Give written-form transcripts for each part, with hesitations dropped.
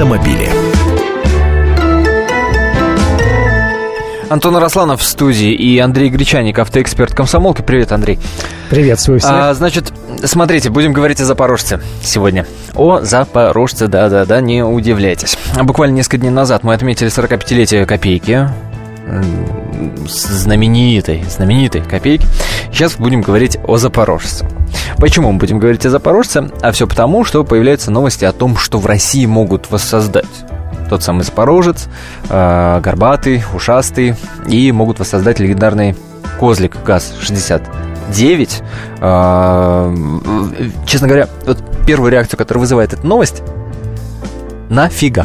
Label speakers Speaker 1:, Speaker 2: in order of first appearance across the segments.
Speaker 1: автомобили.
Speaker 2: Антон Арасланов в студии и Андрей Гречаник, автоэксперт «Комсомолки». Привет, Андрей.
Speaker 3: Приветствую всех.
Speaker 2: Значит, смотрите, будем говорить о «Запорожце» сегодня. О «Запорожце», да-да-да, не удивляйтесь. Буквально несколько дней назад мы отметили 45-летие «Копейки», знаменитой «Копейки». Сейчас будем говорить о «Запорожце». Почему мы будем говорить о «Запорожце»? А все потому, что появляются новости о том, что в России могут воссоздать тот самый «Запорожец», горбатый, ушастый, и могут воссоздать легендарный «Козлик» ГАЗ-69. Честно говоря, вот первую реакцию, которая вызывает эта новость: нафига?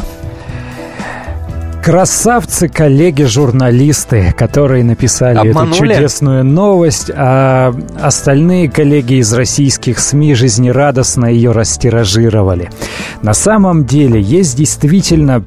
Speaker 3: Красавцы, коллеги-журналисты, которые написали
Speaker 2: Обманули?
Speaker 3: эту чудесную новость, а остальные коллеги из российских СМИ жизнерадостно ее растиражировали. На самом деле есть действительно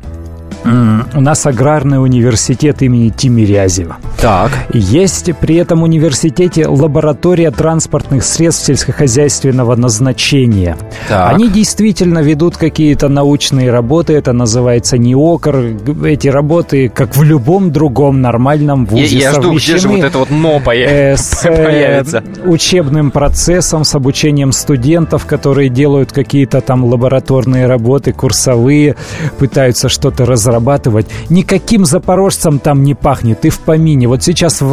Speaker 3: у нас аграрный университет имени Тимирязева.
Speaker 2: Так.
Speaker 3: Есть при этом университете лаборатория транспортных средств сельскохозяйственного назначения.
Speaker 2: Так.
Speaker 3: Они действительно ведут какие-то научные работы, это называется НИОКР. Эти работы, как в любом другом нормальном вузе,
Speaker 2: Я жду, где же вот это вот «но» появится.
Speaker 3: Учебным процессом, с обучением студентов, которые делают какие-то там лабораторные работы, курсовые, пытаются что-то разрабатывать. Никаким запорожцем там не пахнет и в помине. Вот сейчас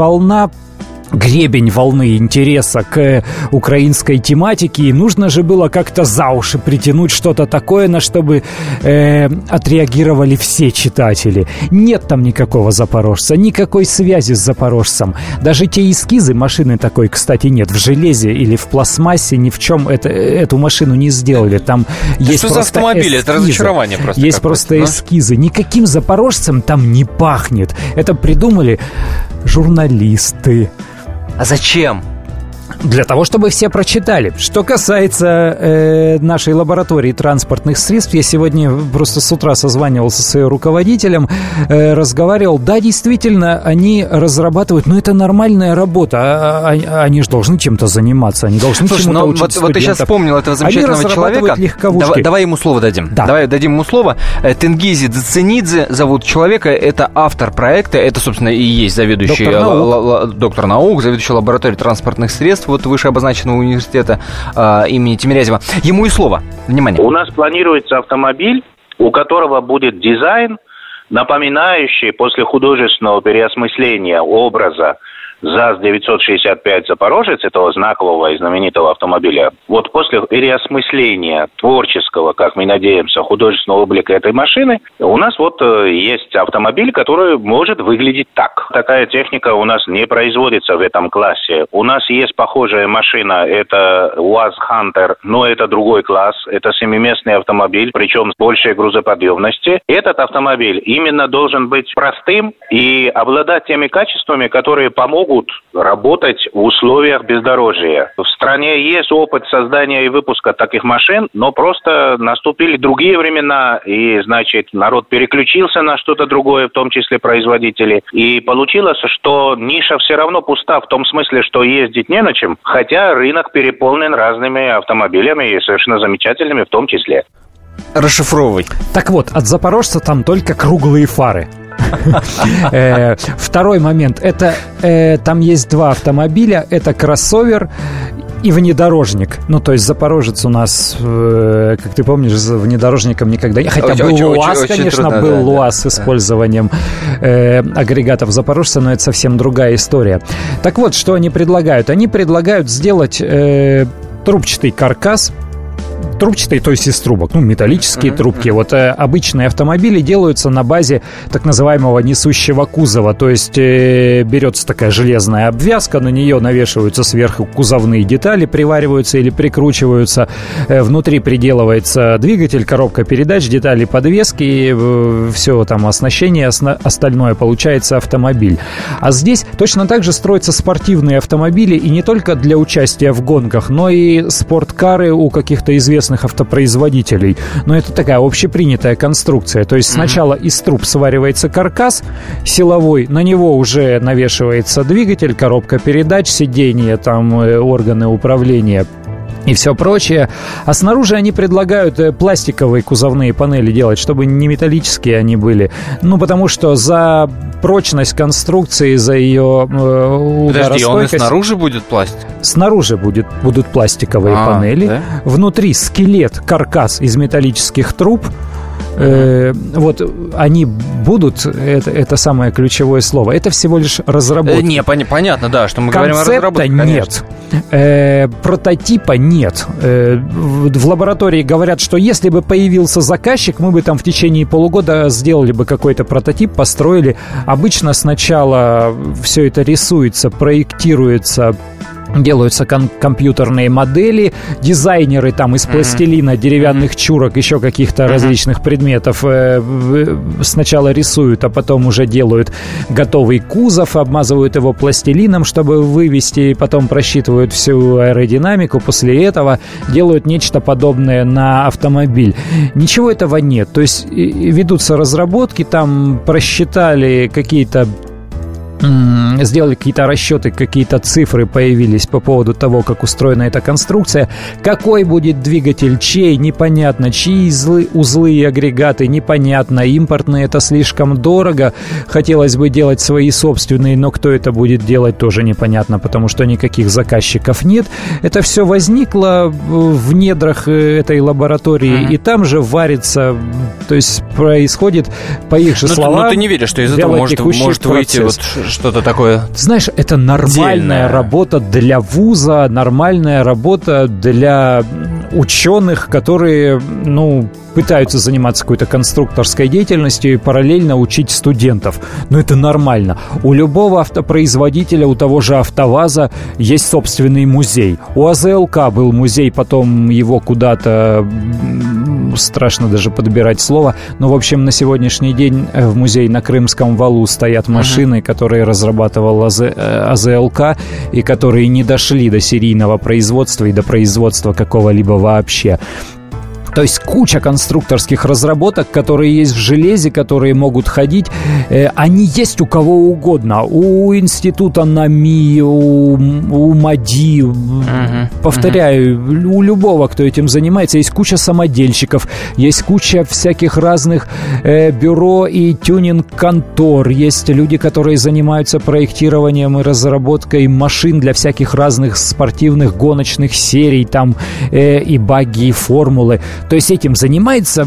Speaker 3: гребень волны интереса к украинской тематике, и нужно же было как-то за уши притянуть что-то такое, на что бы отреагировали все читатели. Нет там никакого запорожца, никакой связи с запорожцем. Даже те эскизы машины такой, кстати, нет. В железе или в пластмассе ни в чем эту машину не сделали. Там есть
Speaker 2: что
Speaker 3: просто
Speaker 2: за автомобиль?
Speaker 3: эскизы.
Speaker 2: Это разочарование просто.
Speaker 3: Есть просто эскизы. Никаким запорожцем там не пахнет. Это придумали журналисты.
Speaker 2: А зачем?
Speaker 3: Для того, чтобы все прочитали. Что касается нашей лаборатории транспортных средств, я сегодня просто с утра созванивался со своим руководителем, разговаривал. Да, действительно, они разрабатывают, но это нормальная работа. Они же должны чем-то заниматься, они должны чему-то учить студентов.
Speaker 2: Вот ты сейчас вспомнил этого замечательного человека. Давай ему слово дадим.
Speaker 3: Да.
Speaker 2: Давай дадим ему слово. Тенгизи Даценидзе зовут человека. Это автор проекта. Это, собственно, и есть заведующий доктор наук, заведующий лабораторией транспортных средств вот вышеобозначенного университета имени Тимирязева. Ему и слово. Внимание.
Speaker 4: У нас планируется автомобиль, у которого будет дизайн, напоминающий после художественного переосмысления образа ЗАЗ-965 «Запорожец», этого знакового и знаменитого автомобиля, вот после переосмысления творческого, как мы надеемся, художественного облика этой машины, у нас вот есть автомобиль, который может выглядеть так. Такая техника у нас не производится в этом классе. У нас есть похожая машина, это УАЗ «Хантер», но это другой класс, это семиместный автомобиль, причем с большей грузоподъемностью. Этот автомобиль именно должен быть простым и обладать теми качествами, которые помогут работать в условиях бездорожья. В стране есть опыт создания и выпуска таких машин, но просто наступили другие времена, и, значит, народ переключился на что-то другое, в том числе производители. И получилось, что ниша все равно пуста, в том смысле, что ездить не на чем, хотя рынок переполнен разными автомобилями, и совершенно замечательными в том числе.
Speaker 2: Расшифровывай.
Speaker 3: Так вот, от запорожца там только круглые фары. Второй момент. Это там есть два автомобиля. Это кроссовер и внедорожник. Ну, то есть запорожец у нас, как ты помнишь, внедорожником никогда не... Хотя был ЛуАЗ, конечно, был ЛуАЗ с использованием агрегатов запорожца, но это совсем другая история. Так вот, что они предлагают? Они предлагают сделать трубчатый каркас. Трубчатые, то есть из трубок, металлические трубки. Вот обычные автомобили делаются на базе так называемого несущего кузова, то есть берется такая железная обвязка, на нее навешиваются сверху кузовные детали, привариваются или прикручиваются, внутри приделывается двигатель, коробка передач, детали подвески, и все там оснащение, остальное, получается автомобиль. А здесь точно так же строятся спортивные автомобили, и не только для участия в гонках, но и спорткары у каких-то известных автопроизводителей. Но это такая общепринятая конструкция. То есть сначала из труб сваривается каркас силовой, на него уже навешивается двигатель, коробка передач, сиденье, там органы управления и все прочее. А снаружи они предлагают пластиковые кузовные панели делать, чтобы не металлические они были. Ну, потому что за прочность конструкции, за ее ударостойкость...
Speaker 2: Подожди, он и снаружи будет пластик?
Speaker 3: Снаружи будут пластиковые панели. Да? Внутри скелет, каркас из металлических труб. Вот они будут, это самое ключевое слово. Это всего лишь разработка.
Speaker 2: Понятно, да, что мы говорим о разработке.
Speaker 3: Концепта нет. Прототипа нет. В лаборатории говорят, что если бы появился заказчик, мы бы там в течение полугода сделали бы какой-то прототип, построили. Обычно сначала все это рисуется, проектируется, делаются компьютерные модели, дизайнеры там из пластилина, деревянных чурок, еще каких-то различных предметов сначала рисуют, а потом уже делают готовый кузов, обмазывают его пластилином, чтобы вывести, потом просчитывают всю аэродинамику, после этого делают нечто подобное на автомобиль. Ничего этого нет, то есть ведутся разработки, там просчитали какие-то, сделали какие-то расчеты, какие-то цифры появились по поводу того, как устроена эта конструкция. Какой будет двигатель, чей, непонятно. Чьи узлы и агрегаты, непонятно. Импортные — это слишком дорого. Хотелось бы делать свои собственные, но кто это будет делать, тоже непонятно, потому что никаких заказчиков нет. Это все возникло в недрах этой лаборатории, и там же варится, то есть происходит, по их же словам...
Speaker 2: Но ты не веришь, что из этого может выйти вот что-то такое?
Speaker 3: Знаешь, это нормальная работа для вуза, нормальная работа для ученых, которые, пытаются заниматься какой-то конструкторской деятельностью и параллельно учить студентов. Но это нормально. У любого автопроизводителя, у того же АвтоВАЗа есть собственный музей. У АЗЛК был музей, потом его куда-то, страшно даже подбирать слово, но, в общем, на сегодняшний день в музее на Крымском валу стоят машины, которые разрабатывал АЗЛК и которые не дошли до серийного производства и до производства какого-либо вообще. То есть куча конструкторских разработок, которые есть в железе, которые могут ходить. Они есть у кого угодно. У института НАМИ, у МАДИ. Повторяю, у любого, кто этим занимается. Есть куча самодельщиков, есть куча всяких разных бюро и тюнинг-контор. Есть люди, которые занимаются проектированием и разработкой машин для всяких разных спортивных гоночных серий, там и багги, и формулы. То есть этим занимаются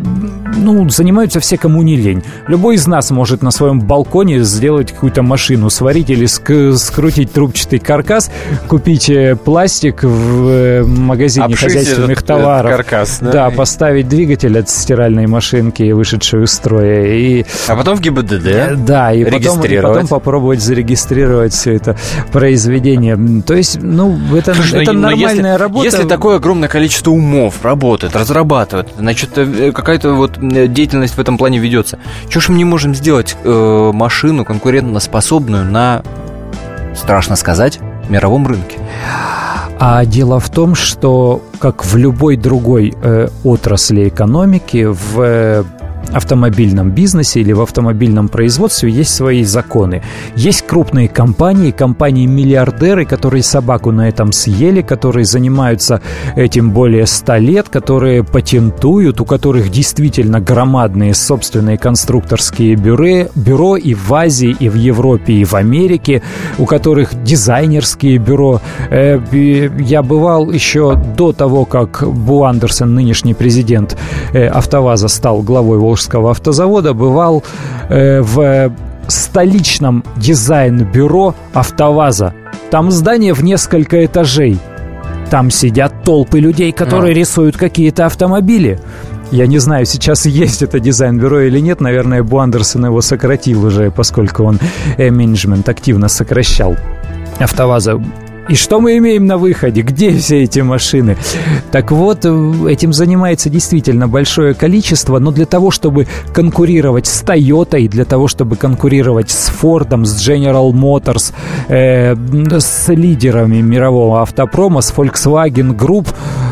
Speaker 3: все, кому не лень. Любой из нас может на своем балконе сделать какую-то машину, сварить или скрутить трубчатый каркас, купить пластик в магазине хозяйственных товаров.
Speaker 2: Каркас,
Speaker 3: да, поставить двигатель от стиральной машинки, вышедшую из строя.
Speaker 2: А потом в ГИБДД.
Speaker 3: Да, и потом попробовать зарегистрировать все это произведение. То есть, это нормальная работа.
Speaker 2: Если такое огромное количество умов работает, разрабатывает, значит, какая-то вот деятельность в этом плане ведется. Чего ж мы не можем сделать машину конкурентоспособную на, страшно сказать, мировом рынке?
Speaker 3: А дело в том, что, как в любой другой отрасли экономики, в автомобильном бизнесе или в автомобильном производстве есть свои законы. Есть крупные компании-миллиардеры, которые собаку на этом съели, которые занимаются этим более 100 лет, которые патентуют, у которых действительно громадные собственные конструкторские бюро и в Азии, и в Европе, и в Америке, у которых дизайнерские бюро. Я бывал еще до того, как Бу Андерсон, нынешний президент АвтоВАЗа, стал главой Волжского автозавода, бывал в столичном дизайн-бюро АвтоВАЗа. Там здание в несколько этажей. Там сидят толпы людей, которые рисуют какие-то автомобили. Я не знаю, сейчас есть это дизайн-бюро или нет. Наверное, Бу Андерсон его сократил уже, поскольку он менеджмент активно сокращал АвтоВАЗа. И что мы имеем на выходе? Где все эти машины? Так вот, этим занимается действительно большое количество, но для того, чтобы конкурировать с Toyota, для того, чтобы конкурировать с Ford, с General Motors, с лидерами мирового автопрома, с Volkswagen Group,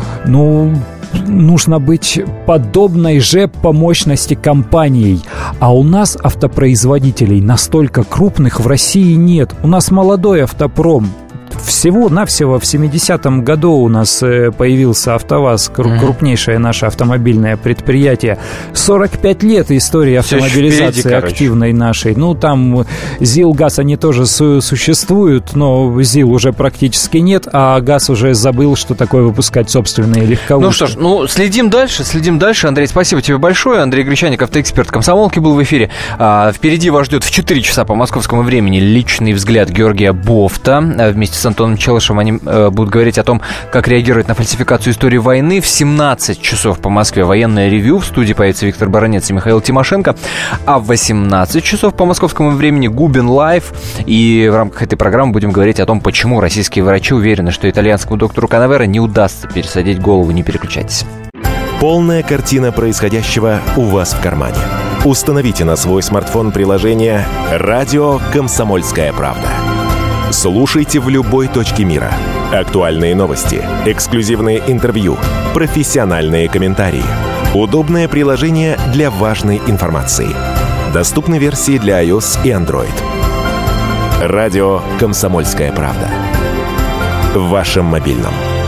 Speaker 3: нужно быть подобной же по мощности компанией. А у нас автопроизводителей настолько крупных в России нет. У нас молодой автопром. всего-навсего в 70-м году у нас появился АвтоВАЗ, крупнейшее наше автомобильное предприятие. 45 лет истории автомобилизации впереди, активной нашей. Ну, там ЗИЛ, ГАЗ, они тоже существуют, но ЗИЛ уже практически нет, а ГАЗ уже забыл, что такое выпускать собственные легковушки.
Speaker 2: Ну что ж, следим дальше. Андрей, спасибо тебе большое. Андрей Гречаник, автоэксперт «Комсомолки», был в эфире. Впереди вас ждет в 4 часа по московскому времени личный взгляд Георгия Бофта. Вместе с Антоном Челышевым они будут говорить о том, как реагировать на фальсификацию истории войны. В 17 часов по Москве военное ревью. В студии появится Виктор Баранец и Михаил Тимошенко. А в 18 часов по московскому времени Губин Лайв. И в рамках этой программы будем говорить о том, почему российские врачи уверены, что итальянскому доктору Канавера не удастся пересадить голову. Не переключайтесь.
Speaker 1: Полная картина происходящего у вас в кармане. Установите на свой смартфон приложение «Радио Комсомольская правда». Слушайте в любой точке мира. Актуальные новости, эксклюзивные интервью, профессиональные комментарии. Удобное приложение для важной информации. Доступны версии для iOS и Android. «Радио Комсомольская правда». В вашем мобильном.